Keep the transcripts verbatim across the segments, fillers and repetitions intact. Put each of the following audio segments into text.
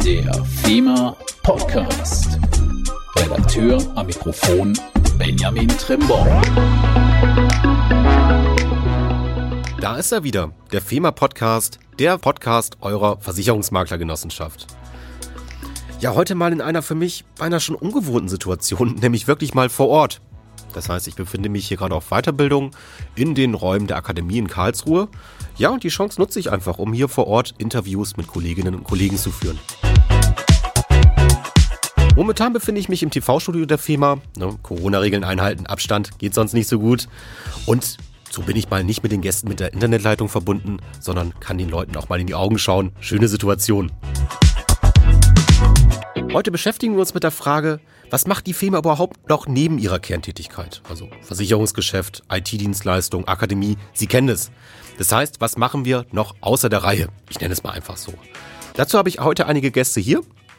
Der FEMA Podcast. Redakteur am Mikrofon Benjamin Trimborn. Da ist er wieder, der FEMA Podcast, der Podcast eurer Versicherungsmaklergenossenschaft. Ja, heute mal in einer für mich beinahe schon ungewohnten Situation, nämlich wirklich mal vor Ort. Das heißt, ich befinde mich hier gerade auf Weiterbildung in den Räumen der Akademie in Karlsruhe. Ja, und die Chance nutze ich einfach, um hier vor Ort Interviews mit Kolleginnen und Kollegen zu führen. Momentan befinde ich mich im T V-Studio der FEMA. Ne, Corona-Regeln einhalten, Abstand, geht sonst nicht so gut. Und so bin ich mal nicht mit den Gästen mit der Internetleitung verbunden, sondern kann den Leuten auch mal in die Augen schauen. Schöne Situation. Heute beschäftigen wir uns mit der Frage, was macht die FEMA überhaupt noch neben ihrer Kerntätigkeit? Also Versicherungsgeschäft, I T-Dienstleistung, Akademie, Sie kennen es. Das heißt, was machen wir noch außer der Reihe? Ich nenne es mal einfach so. Dazu habe ich heute einige Gäste hier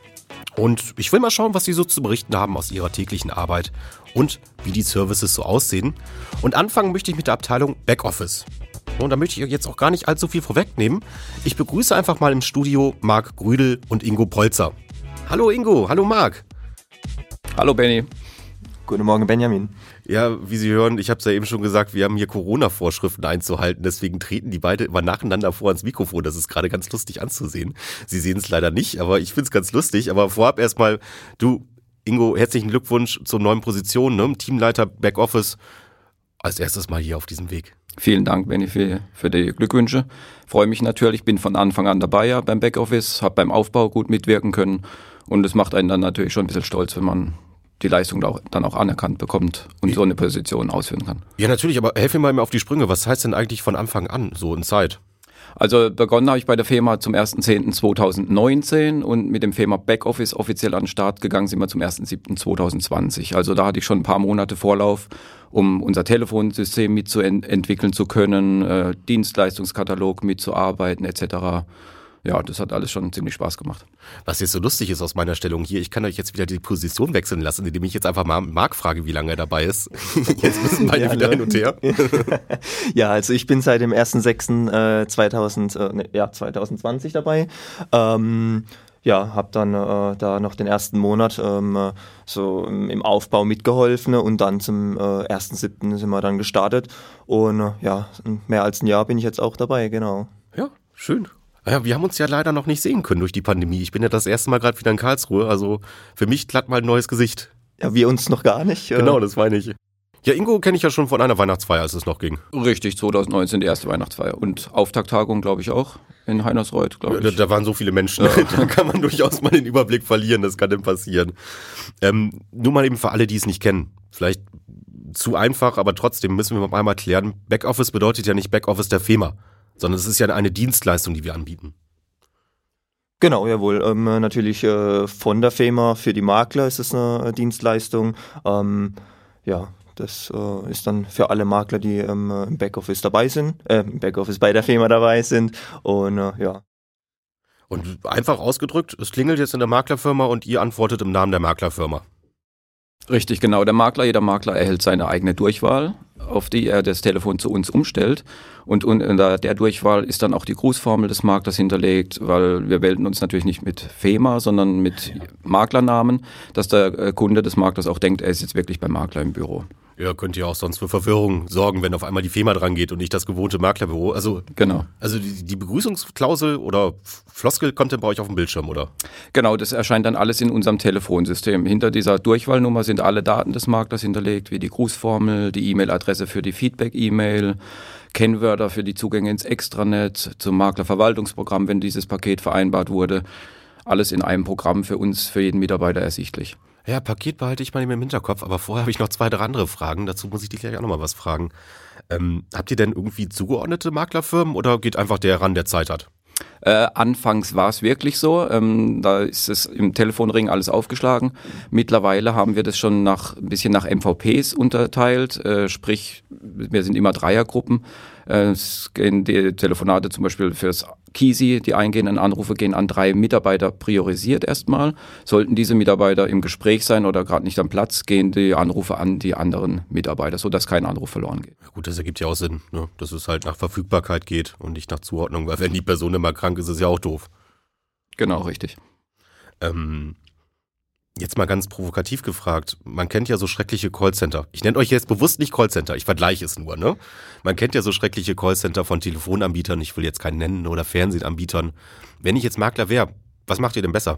und ich will mal schauen, was sie so zu berichten haben aus ihrer täglichen Arbeit und wie die Services so aussehen. Und anfangen möchte ich mit der Abteilung Backoffice. Und da möchte ich jetzt auch gar nicht allzu viel vorwegnehmen. Ich begrüße einfach mal im Studio Marc Grüdel und Ingo Polzer. Hallo Ingo, hallo Marc. Hallo Benny. Guten Morgen Benjamin. Ja, wie Sie hören, ich habe es ja eben schon gesagt, wir haben hier Corona-Vorschriften einzuhalten, deswegen treten die beide immer nacheinander vor ans Mikrofon. Das ist gerade ganz lustig anzusehen. Sie sehen es leider nicht, aber ich finde es ganz lustig. Aber vorab erstmal, du Ingo, herzlichen Glückwunsch zur neuen Position, ne? Teamleiter Backoffice. Als erstes mal hier auf diesem Weg. Vielen Dank, Benny, für, für die Glückwünsche. Freue mich natürlich, bin von Anfang an dabei ja, beim Backoffice, habe beim Aufbau gut mitwirken können und es macht einen dann natürlich schon ein bisschen stolz, wenn man die Leistung dann auch anerkannt bekommt und so eine Position ausführen kann. Ja, natürlich, aber helf mir mal auf die Sprünge. Was heißt denn eigentlich von Anfang an, so in Zeit? Also begonnen habe ich bei der FEMA zum erster zehnter zweitausendneunzehn und mit dem FEMA Backoffice offiziell an den Start gegangen sind wir zum erster siebter zweitausendzwanzig. Also da hatte ich schon ein paar Monate Vorlauf, um unser Telefonsystem mitzuentwickeln zu können, äh, Dienstleistungskatalog mitzuarbeiten et cetera. Ja, das hat alles schon ziemlich Spaß gemacht. Was jetzt so lustig ist aus meiner Stellung hier, ich kann euch jetzt wieder die Position wechseln lassen, indem ich jetzt einfach mal Marc frage, wie lange er dabei ist. Jetzt müssen beide ja, wieder hin und her. Ja, also ich bin seit dem erster sechster zweitausendzwanzig dabei. Ähm, ja, habe dann äh, da noch den ersten Monat ähm, so im Aufbau mitgeholfen und dann zum äh, erster siebter sind wir dann gestartet. Und äh, ja, mehr als ein Jahr bin ich jetzt auch dabei, genau. Ja, schön. Ja, wir haben uns ja leider noch nicht sehen können durch die Pandemie. Ich bin ja das erste Mal gerade wieder in Karlsruhe, also für mich glatt mal ein neues Gesicht. Ja, wir uns noch gar nicht. Genau, das meine ich. Ja, Ingo kenne ich ja schon von einer Weihnachtsfeier, als es noch ging. Richtig, zweitausendneunzehn die erste Weihnachtsfeier und Auftakttagung, glaube ich, auch in Heinersreuth, glaube ich. Ja, da, da waren so viele Menschen, ja. Da kann man durchaus mal den Überblick verlieren, das kann denn passieren. Ähm, nur mal eben für alle, die es nicht kennen, vielleicht zu einfach, aber trotzdem müssen wir mal klären, Backoffice bedeutet ja nicht Backoffice der FEMA, sondern es ist ja eine Dienstleistung, die wir anbieten. Genau, jawohl. Ähm, natürlich äh, von der FEMA für die Makler ist es eine Dienstleistung. Ähm, ja, das äh, ist dann für alle Makler, die ähm, im Backoffice dabei sind, äh, im Backoffice bei der FEMA dabei sind. Und äh, ja. Und einfach ausgedrückt, es klingelt jetzt in der Maklerfirma und ihr antwortet im Namen der Maklerfirma. Richtig, genau. Der Makler, jeder Makler erhält seine eigene Durchwahl, auf die er das Telefon zu uns umstellt. Und unter der Durchwahl ist dann auch die Grußformel des Maklers hinterlegt, weil wir melden uns natürlich nicht mit FEMA, sondern mit Maklernamen, dass der Kunde des Maklers auch denkt, er ist jetzt wirklich beim Makler im Büro. Ja, könnte ja auch sonst für Verwirrung sorgen, wenn auf einmal die FEMA dran geht und nicht das gewohnte Maklerbüro. Also, genau. Also die, die Begrüßungsklausel oder Floskel kommt dann bei euch auf dem Bildschirm, oder? Genau, das erscheint dann alles in unserem Telefonsystem. Hinter dieser Durchwahlnummer sind alle Daten des Maklers hinterlegt, wie die Grußformel, die E-Mail-Adresse für die Feedback-E-Mail, Kennwörter für die Zugänge ins Extranet, zum Maklerverwaltungsprogramm, wenn dieses Paket vereinbart wurde. Alles in einem Programm für uns, für jeden Mitarbeiter ersichtlich. Ja, Paket behalte ich mal im Hinterkopf, aber vorher habe ich noch zwei, drei andere Fragen. Dazu muss ich dich gleich auch nochmal was fragen. Ähm, habt ihr denn irgendwie zugeordnete Maklerfirmen oder geht einfach der ran, der Zeit hat? Äh, anfangs war es wirklich so, ähm, da ist es im Telefonring alles aufgeschlagen. Mittlerweile haben wir das schon nach ein bisschen nach M V Ps unterteilt, äh, sprich wir sind immer Dreiergruppen. Äh, es gehen die Telefonate zum Beispiel fürs Kisi, die eingehenden Anrufe gehen an drei Mitarbeiter priorisiert erstmal. Sollten diese Mitarbeiter im Gespräch sein oder gerade nicht am Platz, gehen die Anrufe an die anderen Mitarbeiter, sodass kein Anruf verloren geht. Ja, gut, das ergibt ja auch Sinn, ne? Dass es halt nach Verfügbarkeit geht und nicht nach Zuordnung, weil wenn die Person immer krank ist, ist es ja auch doof. Genau, richtig. Ähm, jetzt mal ganz provokativ gefragt, man kennt ja so schreckliche Callcenter. Ich nenne euch jetzt bewusst nicht Callcenter, ich vergleiche es nur, ne? Man kennt ja so schreckliche Callcenter von Telefonanbietern, ich will jetzt keinen nennen, oder Fernsehanbietern. Wenn ich jetzt Makler wäre, was macht ihr denn besser?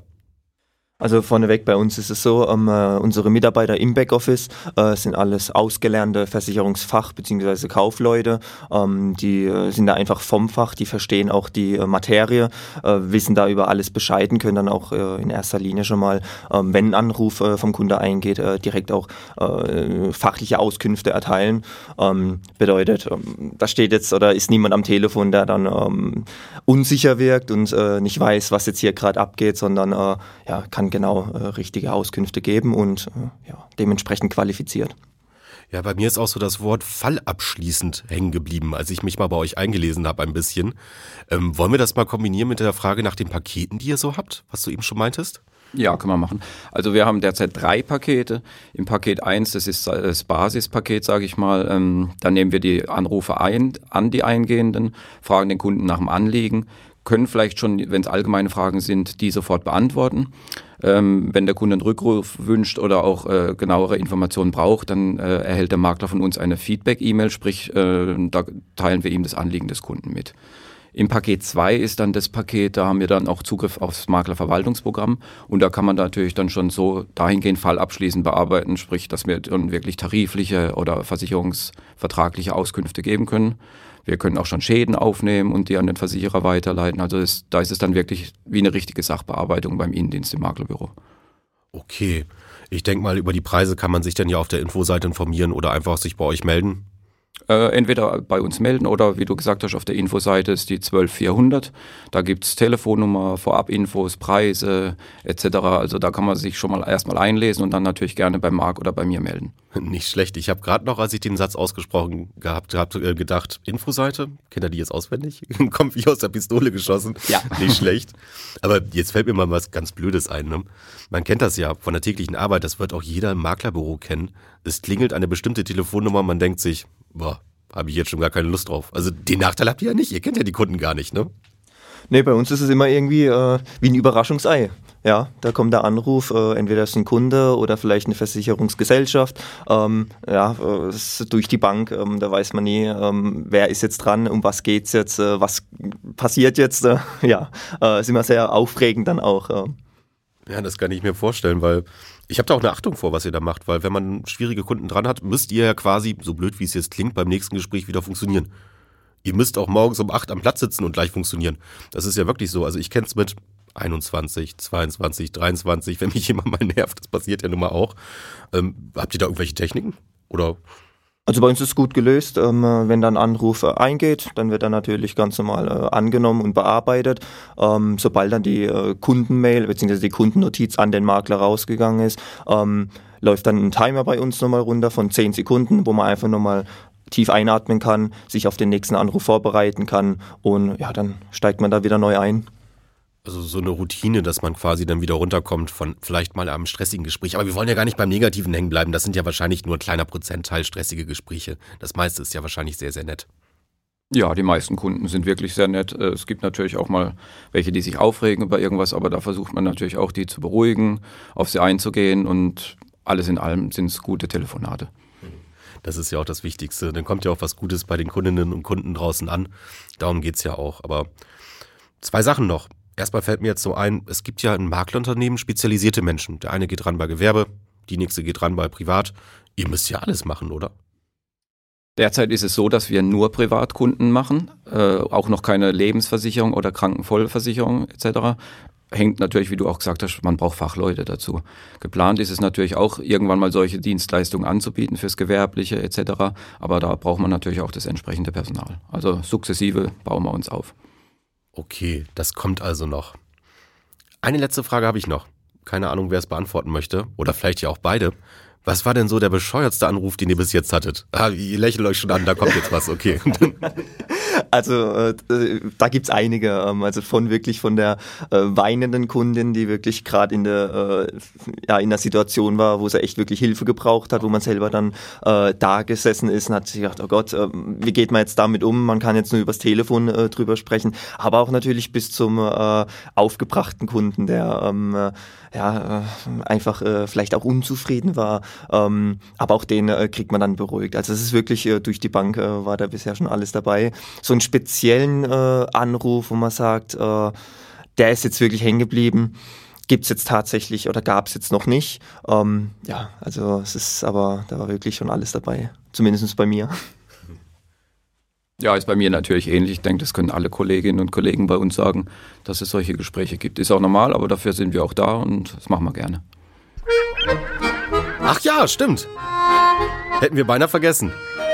Also vorneweg bei uns ist es so, ähm, äh, unsere Mitarbeiter im Backoffice äh, sind alles ausgelernte Versicherungsfach- bzw. Kaufleute. Ähm, die äh, sind da einfach vom Fach, die verstehen auch die äh, Materie, äh, wissen da über alles Bescheid und können dann auch äh, in erster Linie schon mal, ähm, wenn ein Anruf äh, vom Kunde eingeht, äh, direkt auch äh, fachliche Auskünfte erteilen. Ähm, bedeutet, ähm, da steht jetzt oder ist niemand am Telefon, der dann ähm, unsicher wirkt und äh, nicht weiß, was jetzt hier gerade abgeht, sondern äh, ja, kann genau äh, richtige Auskünfte geben und äh, ja, dementsprechend qualifiziert. Ja, bei mir ist auch so das Wort fallabschließend hängen geblieben, als ich mich mal bei euch eingelesen habe ein bisschen. Ähm, wollen wir das mal kombinieren mit der Frage nach den Paketen, die ihr so habt, was du eben schon meintest? Ja, können wir machen. Also wir haben derzeit drei Pakete. Im Paket eins, das ist das Basispaket, sage ich mal, ähm, da nehmen wir die Anrufe ein, an die Eingehenden, fragen den Kunden nach dem Anliegen, können vielleicht schon, wenn es allgemeine Fragen sind, die sofort beantworten. Ähm, wenn der Kunde einen Rückruf wünscht oder auch äh, genauere Informationen braucht, dann äh, erhält der Makler von uns eine Feedback-E-Mail, sprich, äh, da teilen wir ihm das Anliegen des Kunden mit. Im Paket zwei ist dann das Paket, da haben wir dann auch Zugriff aufs Maklerverwaltungsprogramm und da kann man natürlich dann schon so dahingehend fallabschließend bearbeiten, sprich, dass wir dann wirklich tarifliche oder versicherungsvertragliche Auskünfte geben können. Wir können auch schon Schäden aufnehmen und die an den Versicherer weiterleiten. Also ist, da ist es dann wirklich wie eine richtige Sachbearbeitung beim Innendienst im Maklerbüro. Okay, ich denke mal, über die Preise kann man sich dann ja auf der Infoseite informieren oder einfach sich bei euch melden. Äh, entweder bei uns melden oder wie du gesagt hast, auf der Infoseite ist die zwölf vierhundert. Da gibt es Telefonnummer, Vorabinfos, Preise et cetera. Also da kann man sich schon mal erstmal einlesen und dann natürlich gerne bei Marc oder bei mir melden. Nicht schlecht. Ich habe gerade noch, als ich den Satz ausgesprochen gehabt habe, gedacht, Infoseite, kennt ihr die jetzt auswendig? Kommt wie aus der Pistole geschossen. Ja. Nicht schlecht. Aber jetzt fällt mir mal was ganz Blödes ein. Ne? Man kennt das ja von der täglichen Arbeit, das wird auch jeder im Maklerbüro kennen. Es klingelt eine bestimmte Telefonnummer, man denkt sich, boah, habe ich jetzt schon gar keine Lust drauf. Also den Nachteil habt ihr ja nicht, ihr kennt ja die Kunden gar nicht, ne? Nee, bei uns ist es immer irgendwie äh, wie ein Überraschungsei. Ja, da kommt der Anruf, äh, entweder ist ein Kunde oder vielleicht eine Versicherungsgesellschaft. Ähm, ja, äh, ist durch die Bank, ähm, da weiß man nie, ähm, wer ist jetzt dran, um was geht's jetzt, äh, was passiert jetzt. Äh, ja, äh, ist immer sehr aufregend dann auch. Äh. Ja, das kann ich mir vorstellen, weil ich habe da auch eine Achtung vor, was ihr da macht, weil wenn man schwierige Kunden dran hat, müsst ihr ja quasi, so blöd wie es jetzt klingt, beim nächsten Gespräch wieder funktionieren. Ihr müsst auch morgens um acht am Platz sitzen und gleich funktionieren. Das ist ja wirklich so. Also ich kenne es mit einundzwanzig, zweiundzwanzig, dreiundzwanzig, wenn mich jemand mal nervt, das passiert ja nun mal auch. Ähm, habt ihr da irgendwelche Techniken? Oder? Also bei uns ist es gut gelöst. Ähm, wenn dann ein Anruf äh, eingeht, dann wird er natürlich ganz normal äh, angenommen und bearbeitet. Ähm, sobald dann die äh, Kundenmail bzw. die Kundennotiz an den Makler rausgegangen ist, ähm, läuft dann ein Timer bei uns nochmal runter von zehn Sekunden, wo man einfach nochmal tief einatmen kann, sich auf den nächsten Anruf vorbereiten kann und ja, dann steigt man da wieder neu ein. Also so eine Routine, dass man quasi dann wieder runterkommt von vielleicht mal einem stressigen Gespräch. Aber wir wollen ja gar nicht beim Negativen hängen bleiben. Das sind ja wahrscheinlich nur ein kleiner Prozentteil stressige Gespräche. Das meiste ist ja wahrscheinlich sehr, sehr nett. Ja, die meisten Kunden sind wirklich sehr nett. Es gibt natürlich auch mal welche, die sich aufregen über irgendwas, aber da versucht man natürlich auch, die zu beruhigen, auf sie einzugehen und alles in allem sind es gute Telefonate. Das ist ja auch das Wichtigste. Dann kommt ja auch was Gutes bei den Kundinnen und Kunden draußen an. Darum geht's ja auch. Aber zwei Sachen noch. Erstmal fällt mir jetzt so ein, es gibt ja in Maklerunternehmen spezialisierte Menschen. Der eine geht ran bei Gewerbe, die nächste geht ran bei Privat. Ihr müsst ja alles machen, oder? Derzeit ist es so, dass wir nur Privatkunden machen, äh, auch noch keine Lebensversicherung oder Krankenvollversicherung et cetera. Hängt natürlich, wie du auch gesagt hast, man braucht Fachleute dazu. Geplant ist es natürlich auch, irgendwann mal solche Dienstleistungen anzubieten fürs Gewerbliche et cetera. Aber da braucht man natürlich auch das entsprechende Personal. Also sukzessive bauen wir uns auf. Okay, das kommt also noch. Eine letzte Frage habe ich noch. Keine Ahnung, wer es beantworten möchte. Oder vielleicht ja auch beide. Was war denn so der bescheuertste Anruf, den ihr bis jetzt hattet? Ah, ihr lächelt euch schon an, da kommt jetzt was, okay. Also äh, da gibt's einige, ähm, also von wirklich von der äh, weinenden Kundin, die wirklich gerade in der äh, ja in der Situation war, wo sie echt wirklich Hilfe gebraucht hat, wo man selber dann äh, da gesessen ist und hat sich gedacht, oh Gott, äh, wie geht man jetzt damit um? Man kann jetzt nur übers Telefon äh, drüber sprechen, aber auch natürlich bis zum äh, aufgebrachten Kunden, der ähm, äh, ja äh, einfach äh, vielleicht auch unzufrieden war, ähm, aber auch den äh, kriegt man dann beruhigt. Also es ist wirklich äh, durch die Bank äh, war da bisher schon alles dabei. So einen speziellen äh, Anruf, wo man sagt, äh, der ist jetzt wirklich hängen geblieben, gibt es jetzt tatsächlich oder gab es jetzt noch nicht. Ähm, ja, also es ist aber, da war wirklich schon alles dabei, zumindest bei mir. Ja, ist bei mir natürlich ähnlich. Ich denke, das können alle Kolleginnen und Kollegen bei uns sagen, dass es solche Gespräche gibt. Ist auch normal, aber dafür sind wir auch da und das machen wir gerne. Ach ja, stimmt. Hätten wir beinahe vergessen.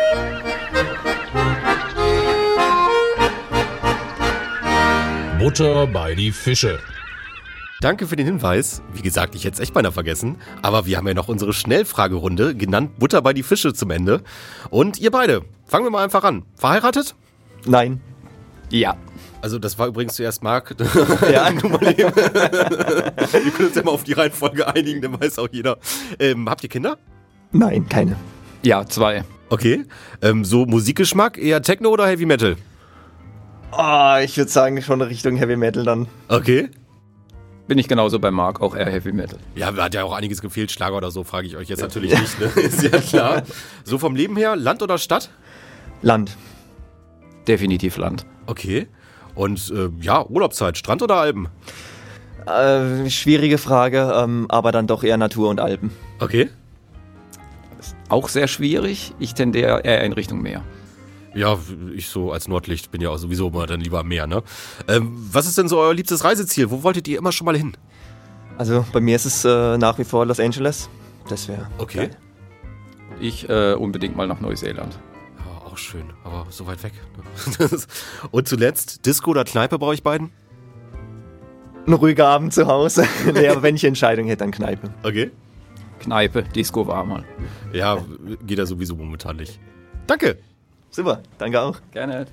Butter bei die Fische. Danke für den Hinweis. Wie gesagt, ich hätte es echt beinahe vergessen. Aber wir haben ja noch unsere Schnellfragerunde, genannt Butter bei die Fische zum Ende. Und ihr beide, fangen wir mal einfach an. Verheiratet? Nein. Ja. Also das war übrigens zuerst Marc. Ja. Wir können uns ja mal auf die Reihenfolge einigen, dann weiß auch jeder. Ähm, habt ihr Kinder? Nein, keine. Ja, zwei. Okay. Ähm, so Musikgeschmack, eher Techno oder Heavy Metal? Oh, ich würde sagen, schon Richtung Heavy Metal dann. Okay. Bin ich genauso bei Marc, auch eher Heavy Metal. Ja, hat ja auch einiges gefehlt, Schlager oder so, frage ich euch jetzt natürlich nicht, ne? Ist ja klar. So vom Leben her, Land oder Stadt? Land. Definitiv Land. Okay. Und äh, ja, Urlaubszeit, Strand oder Alpen? Äh, schwierige Frage, ähm, aber dann doch eher Natur und Alpen. Okay. Auch sehr schwierig. Ich tendiere eher in Richtung Meer. Ja, ich so als Nordlicht bin ja auch sowieso immer dann lieber am Meer, ne? Ähm, was ist denn so euer liebstes Reiseziel? Wo wolltet ihr immer schon mal hin? Also bei mir ist es äh, nach wie vor Los Angeles. Das wäre Okay. geil. Ich äh, unbedingt mal nach Neuseeland. Ja, auch schön, aber so weit weg. Ne? Und zuletzt, Disco oder Kneipe bei euch beiden? Ein ruhiger Abend zu Hause. Nee, aber wenn ich Entscheidung hätte, dann Kneipe. Okay. Kneipe, Disco war mal. Ja, geht ja sowieso momentan nicht. Danke. Super, danke auch. Gerne.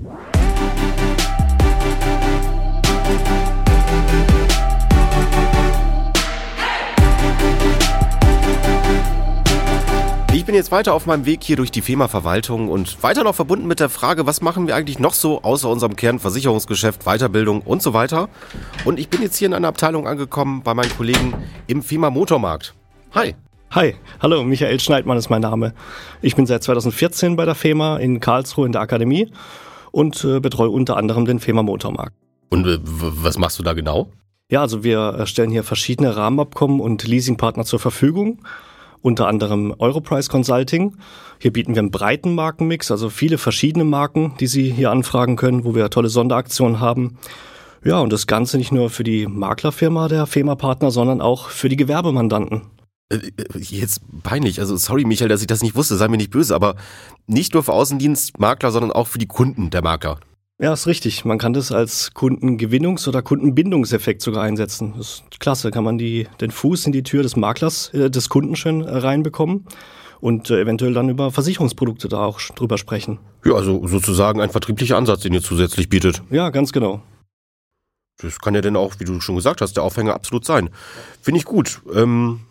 Ich bin jetzt weiter auf meinem Weg hier durch die FEMA-Verwaltung und weiter noch verbunden mit der Frage, was machen wir eigentlich noch so außer unserem Kernversicherungsgeschäft, Weiterbildung und so weiter. Und ich bin jetzt hier in einer Abteilung angekommen bei meinen Kollegen im FEMA-Motormarkt. Hi. Hi, hallo, Michael Schneidmann ist mein Name. Ich bin seit zweitausendvierzehn bei der FEMA in Karlsruhe in der Akademie und äh, betreue unter anderem den FEMA Motormarkt. Und äh, was machst du da genau? Ja, also wir stellen hier verschiedene Rahmenabkommen und Leasingpartner zur Verfügung, unter anderem Europrice Consulting. Hier bieten wir einen breiten Markenmix, also viele verschiedene Marken, die Sie hier anfragen können, wo wir tolle Sonderaktionen haben. Ja, und das Ganze nicht nur für die Maklerfirma der FEMA-Partner, sondern auch für die Gewerbemandanten. Jetzt peinlich, also sorry Michael, dass ich das nicht wusste, sei mir nicht böse, aber nicht nur für Außendienstmakler, sondern auch für die Kunden der Makler. Ja, ist richtig. Man kann das als Kundengewinnungs- oder Kundenbindungseffekt sogar einsetzen. Das ist klasse, kann man die, den Fuß in die Tür des Maklers, äh, des Kunden schön äh, reinbekommen und äh, eventuell dann über Versicherungsprodukte da auch drüber sprechen. Ja, also sozusagen ein vertrieblicher Ansatz, den ihr zusätzlich bietet. Ja, ganz genau. Das kann ja dann auch, wie du schon gesagt hast, der Aufhänger absolut sein. Finde ich gut. Ähm,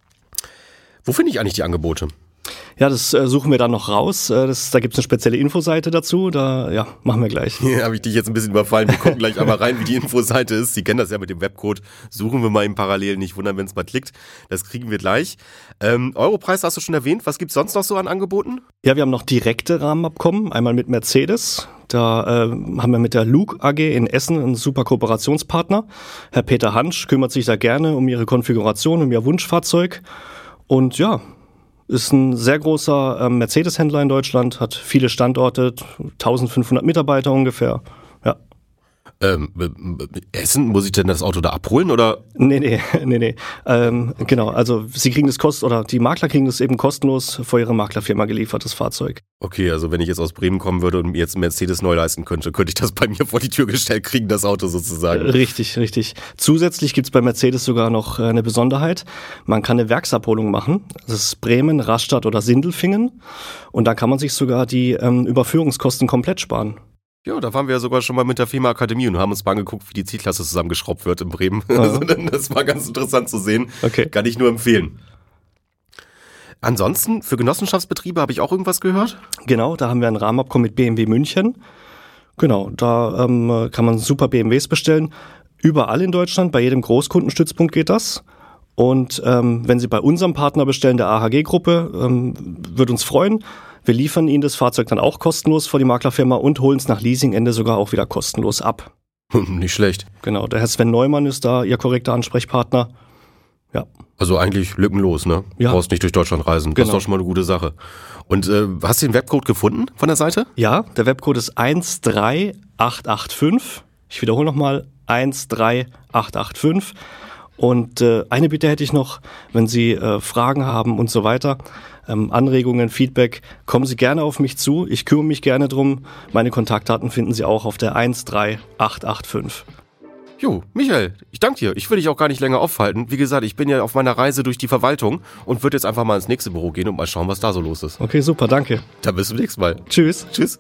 wo finde ich eigentlich die Angebote? Ja, das äh, suchen wir dann noch raus. Äh, das, da gibt's eine spezielle Infoseite dazu. Da ja, machen wir gleich. Hier habe ich dich jetzt ein bisschen überfallen. Wir gucken gleich einmal rein, wie die Infoseite ist. Sie kennen das ja mit dem Webcode. Suchen wir mal im Parallel. Nicht wundern, wenn es mal klickt. Das kriegen wir gleich. Ähm, Europreis hast du schon erwähnt. Was gibt's sonst noch so an Angeboten? Ja, wir haben noch direkte Rahmenabkommen. Einmal mit Mercedes. Da äh, haben wir mit der Luke A G in Essen einen super Kooperationspartner. Herr Peter Hansch kümmert sich da gerne um ihre Konfiguration, um ihr Wunschfahrzeug. Und ja, ist ein sehr großer äh, Mercedes-Händler in Deutschland, hat viele Standorte, eintausendfünfhundert Mitarbeiter ungefähr. Ja. Ähm, Essen, muss ich denn das Auto da abholen oder? Nee, nee, nee, nee. Ähm, genau, also sie kriegen das kost oder die Makler kriegen das eben kostenlos vor ihre Maklerfirma geliefert, das Fahrzeug. Okay, also wenn ich jetzt aus Bremen kommen würde und mir jetzt einen Mercedes neu leisten könnte, könnte ich das bei mir vor die Tür gestellt kriegen, das Auto sozusagen. Richtig, richtig. Zusätzlich gibt's bei Mercedes sogar noch eine Besonderheit. Man kann eine Werksabholung machen. Das ist Bremen, Rastatt oder Sindelfingen. Und da kann man sich sogar die ähm, Überführungskosten komplett sparen. Ja, da waren wir ja sogar schon mal mit der FEMA Akademie und haben uns mal angeguckt, wie die Zielklasse zusammengeschraubt wird in Bremen. Ja. Also, das war ganz interessant zu sehen. Okay. Kann ich nur empfehlen. Ansonsten, für Genossenschaftsbetriebe habe ich auch irgendwas gehört? Genau, da haben wir ein Rahmenabkommen mit B M W München. Genau, da ähm, kann man super B M Ws bestellen. Überall in Deutschland, bei jedem Großkundenstützpunkt geht das. Und ähm, wenn Sie bei unserem Partner bestellen, der A H G-Gruppe, ähm, würde uns freuen. Wir liefern Ihnen das Fahrzeug dann auch kostenlos vor die Maklerfirma und holen es nach Leasingende sogar auch wieder kostenlos ab. Nicht schlecht. Genau, der Herr Sven Neumann ist da Ihr korrekter Ansprechpartner. Ja. Also eigentlich lückenlos, ne? Ja. Du brauchst nicht durch Deutschland reisen. Das Genau. ist doch schon mal eine gute Sache. Und äh, hast du den Webcode gefunden von der Seite? Ja, der Webcode ist eins drei acht acht fünf. Ich wiederhole nochmal, eins drei acht acht fünf. Und äh, eine Bitte hätte ich noch, wenn Sie äh, Fragen haben und so weiter, ähm, Anregungen, Feedback, kommen Sie gerne auf mich zu. Ich kümmere mich gerne drum. Meine Kontaktdaten finden Sie auch auf der eins drei acht acht fünf. Jo, Michael, ich danke dir. Ich will dich auch gar nicht länger aufhalten. Wie gesagt, ich bin ja auf meiner Reise durch die Verwaltung und würde jetzt einfach mal ins nächste Büro gehen und mal schauen, was da so los ist. Okay, super, danke. Dann bis zum nächsten Mal. Tschüss. Tschüss.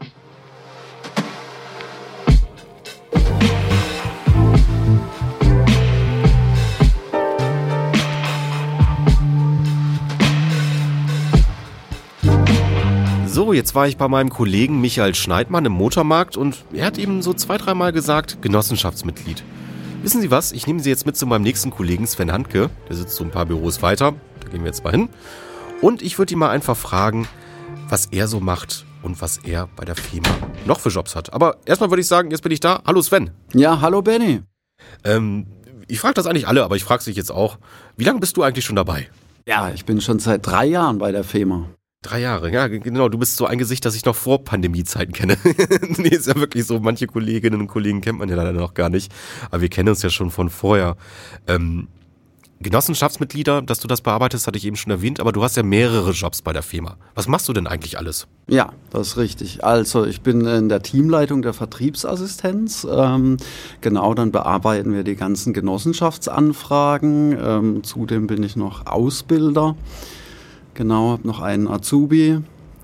So, jetzt war ich bei meinem Kollegen Michael Schneidmann im Motormarkt und er hat eben so zwei, dreimal gesagt, Genossenschaftsmitglied. Wissen Sie was? Ich nehme Sie jetzt mit zu meinem nächsten Kollegen Sven Handke. Der sitzt so ein paar Büros weiter. Da gehen wir jetzt mal hin. Und ich würde ihn mal einfach fragen, was er so macht und was er bei der FEMA noch für Jobs hat. Aber erstmal würde ich sagen, jetzt bin ich da. Hallo Sven. Ja, hallo Benny. Ähm, ich frage das eigentlich alle, aber ich frage dich jetzt auch. Wie lange bist du eigentlich schon dabei? Ja, ich bin schon seit drei Jahren bei der FEMA. Drei Jahre, ja genau, du bist so ein Gesicht, das ich noch vor Pandemiezeiten kenne. Nee, ist ja wirklich so, manche Kolleginnen und Kollegen kennt man ja leider noch gar nicht, aber wir kennen uns ja schon von vorher. Ähm, Genossenschaftsmitglieder, dass du das bearbeitest, hatte ich eben schon erwähnt, aber du hast ja mehrere Jobs bei der FEMA. Was machst du denn eigentlich alles? Ja, das ist richtig. Also ich bin in der Teamleitung der Vertriebsassistenz. Ähm, genau, dann bearbeiten wir die ganzen Genossenschaftsanfragen. Ähm, zudem bin ich noch Ausbilder. Genau, habe noch einen Azubi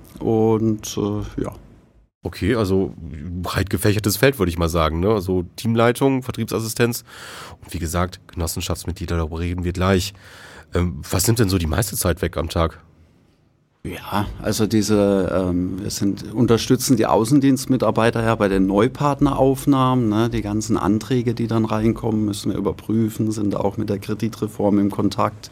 und äh, ja. Okay, also breit gefächertes Feld, würde ich mal sagen, ne? Also Teamleitung, Vertriebsassistenz und wie gesagt, Genossenschaftsmitglieder, darüber reden wir gleich. Ähm, was nimmt denn so die meiste Zeit weg am Tag? Ja, also diese, ähm, wir sind, unterstützen die Außendienstmitarbeiter ja bei den Neupartneraufnahmen, ne? Die ganzen Anträge, die dann reinkommen, müssen wir überprüfen, sind auch mit der Kreditreform im Kontakt.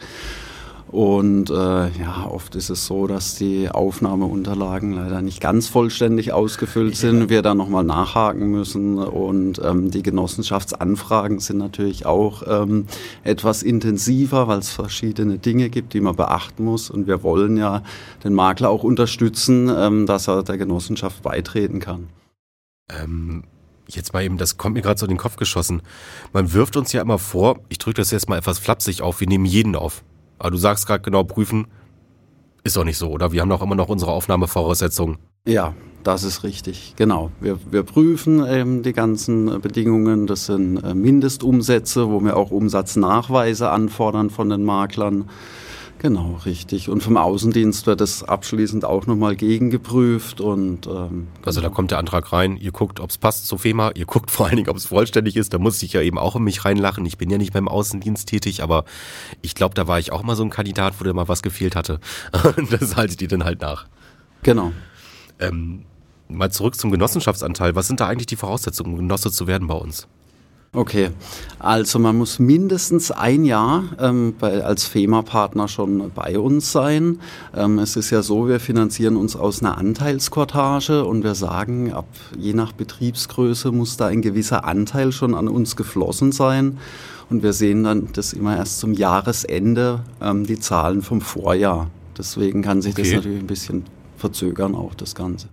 Und äh, ja, oft ist es so, dass die Aufnahmeunterlagen leider nicht ganz vollständig ausgefüllt sind, wir da nochmal nachhaken müssen und ähm, die Genossenschaftsanfragen sind natürlich auch ähm, etwas intensiver, weil es verschiedene Dinge gibt, die man beachten muss und wir wollen ja den Makler auch unterstützen, ähm, dass er der Genossenschaft beitreten kann. Ähm, jetzt mal eben, das kommt mir gerade so in den Kopf geschossen. Man wirft uns ja immer vor, ich drücke das jetzt mal etwas flapsig auf, wir nehmen jeden auf. Aber du sagst gerade genau, prüfen ist doch nicht so, oder? Wir haben doch immer noch unsere Aufnahmevoraussetzungen. Ja, das ist richtig, genau. Wir, wir prüfen ähm, die ganzen Bedingungen. Das sind äh, Mindestumsätze, wo wir auch Umsatznachweise anfordern von den Maklern. Genau, richtig. Und vom Außendienst wird das abschließend auch nochmal gegengeprüft. Und, ähm, also da kommt der Antrag rein, ihr guckt, ob es passt zur FEMA, ihr guckt vor allen Dingen, ob es vollständig ist. Da muss ich ja eben auch in mich reinlachen. Ich bin ja nicht beim Außendienst tätig, aber ich glaube, da war ich auch mal so ein Kandidat, wo da mal was gefehlt hatte. Das haltet ihr dann halt nach. Genau. Ähm, mal zurück zum Genossenschaftsanteil. Was sind da eigentlich die Voraussetzungen, um Genosse zu werden bei uns? Okay, also man muss mindestens ein Jahr ähm, bei, als FEMA-Partner schon bei uns sein. Ähm, es ist ja so, wir finanzieren uns aus einer Anteilskortage und wir sagen, ab je nach Betriebsgröße muss da ein gewisser Anteil schon an uns geflossen sein. Und wir sehen dann das immer erst zum Jahresende, ähm, die Zahlen vom Vorjahr. Deswegen kann sich okay. das natürlich ein bisschen verzögern, auch das Ganze.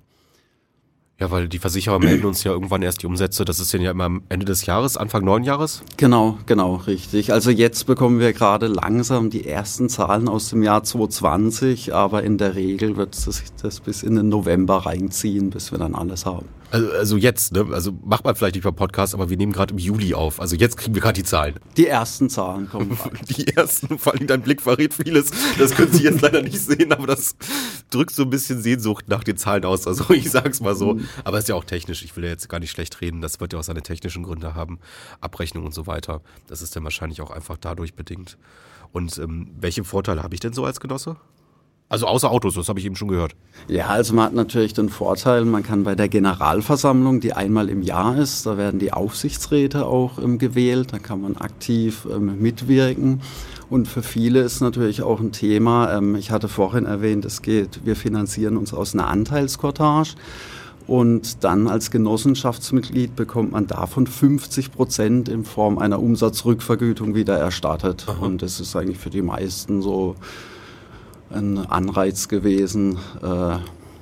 Ja, weil die Versicherer melden uns ja irgendwann erst die Umsätze. Das ist ja immer am Ende des Jahres, Anfang neuen Jahres? Genau, genau, richtig. Also jetzt bekommen wir gerade langsam die ersten Zahlen aus dem Jahr zwanzig zwanzig, aber in der Regel wird sich das bis in den November reinziehen, bis wir dann alles haben. Also, also jetzt, ne? Also macht man vielleicht nicht mal Podcast, aber wir nehmen gerade im Juli auf. Also jetzt kriegen wir gerade die Zahlen. Die ersten Zahlen kommen. Die ersten, vor allem dein Blick verrät vieles. Das können Sie jetzt leider nicht sehen, aber das drückt so ein bisschen Sehnsucht nach den Zahlen aus. Also ich sag's mal so. Aber es ist ja auch technisch. Ich will ja jetzt gar nicht schlecht reden. Das wird ja auch seine technischen Gründe haben. Abrechnung und so weiter. Das ist dann wahrscheinlich auch einfach dadurch bedingt. Und ähm, welche Vorteile habe ich denn so als Genosse? Also außer Autos, das habe ich eben schon gehört. Ja, also man hat natürlich den Vorteil, man kann bei der Generalversammlung, die einmal im Jahr ist, da werden die Aufsichtsräte auch ähm, gewählt, da kann man aktiv ähm, mitwirken. Und für viele ist natürlich auch ein Thema, ähm, ich hatte vorhin erwähnt, es geht, wir finanzieren uns aus einer Anteilskortage. Und dann als Genossenschaftsmitglied bekommt man davon fünfzig Prozent in Form einer Umsatzrückvergütung wieder erstattet. Aha. Und das ist eigentlich für die meisten so ein Anreiz gewesen, äh,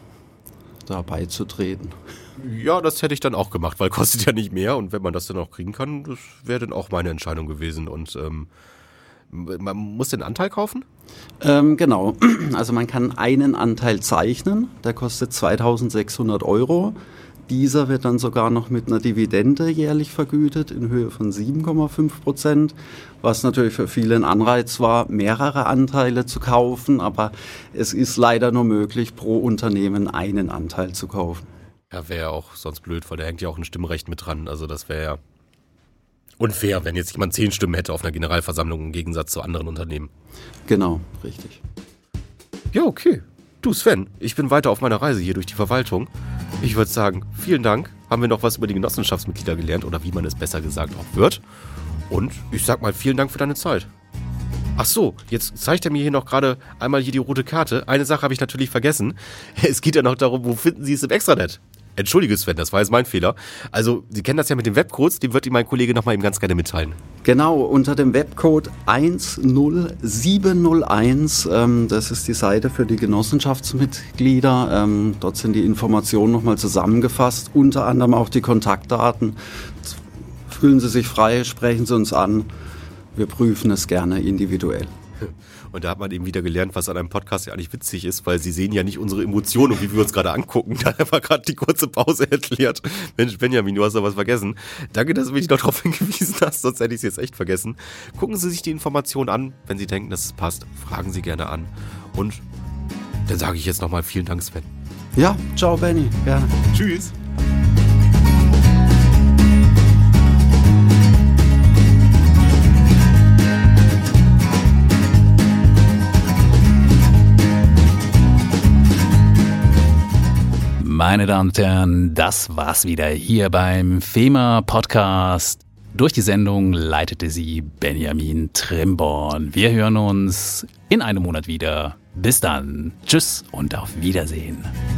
da beizutreten. Ja, das hätte ich dann auch gemacht, weil kostet ja nicht mehr und wenn man das dann auch kriegen kann, das wäre dann auch meine Entscheidung gewesen. Und ähm, man muss den Anteil kaufen? Ähm, genau, also man kann einen Anteil zeichnen, der kostet zweitausendsechshundert Euro. Dieser wird dann sogar noch mit einer Dividende jährlich vergütet in Höhe von sieben Komma fünf Prozent, was natürlich für viele ein Anreiz war, mehrere Anteile zu kaufen, aber es ist leider nur möglich, pro Unternehmen einen Anteil zu kaufen. Ja, wäre ja auch sonst blöd, weil da hängt ja auch ein Stimmrecht mit dran, also das wäre ja unfair, wenn jetzt jemand zehn Stimmen hätte auf einer Generalversammlung im Gegensatz zu anderen Unternehmen. Genau, richtig. Ja, okay. Du Sven, ich bin weiter auf meiner Reise hier durch die Verwaltung. Ich würde sagen, vielen Dank. Haben wir noch was über die Genossenschaftsmitglieder gelernt oder wie man es besser gesagt auch wird. Und ich sag mal vielen Dank für deine Zeit. Ach so, jetzt zeigt er mir hier noch gerade einmal hier die rote Karte. Eine Sache habe ich natürlich vergessen. Es geht ja noch darum, wo finden Sie es im Extranet? Entschuldige Sven, das war jetzt mein Fehler. Also, Sie kennen das ja mit den Webcodes, den wird Ihnen mein Kollege nochmal eben ganz gerne mitteilen. Genau, unter dem Webcode eins null sieben null eins, ähm, das ist die Seite für die Genossenschaftsmitglieder. Ähm, dort sind die Informationen nochmal zusammengefasst, unter anderem auch die Kontaktdaten. Fühlen Sie sich frei, sprechen Sie uns an. Wir prüfen es gerne individuell. Und da hat man eben wieder gelernt, was an einem Podcast ja eigentlich witzig ist, weil Sie sehen ja nicht unsere Emotionen und wie wir uns gerade angucken. Da war gerade die kurze Pause erklärt. Mensch, Benjamin, du hast da was vergessen. Danke, dass du mich noch darauf hingewiesen hast, sonst hätte ich es jetzt echt vergessen. Gucken Sie sich die Informationen an. Wenn Sie denken, dass es passt, fragen Sie gerne an. Und dann sage ich jetzt nochmal vielen Dank, Sven. Ja, ciao Benny, gerne. Tschüss. Meine Damen und Herren, das war's wieder hier beim FEMA Podcast. Durch die Sendung leitete sie Benjamin Trimborn. Wir hören uns in einem Monat wieder. Bis dann. Tschüss und auf Wiedersehen.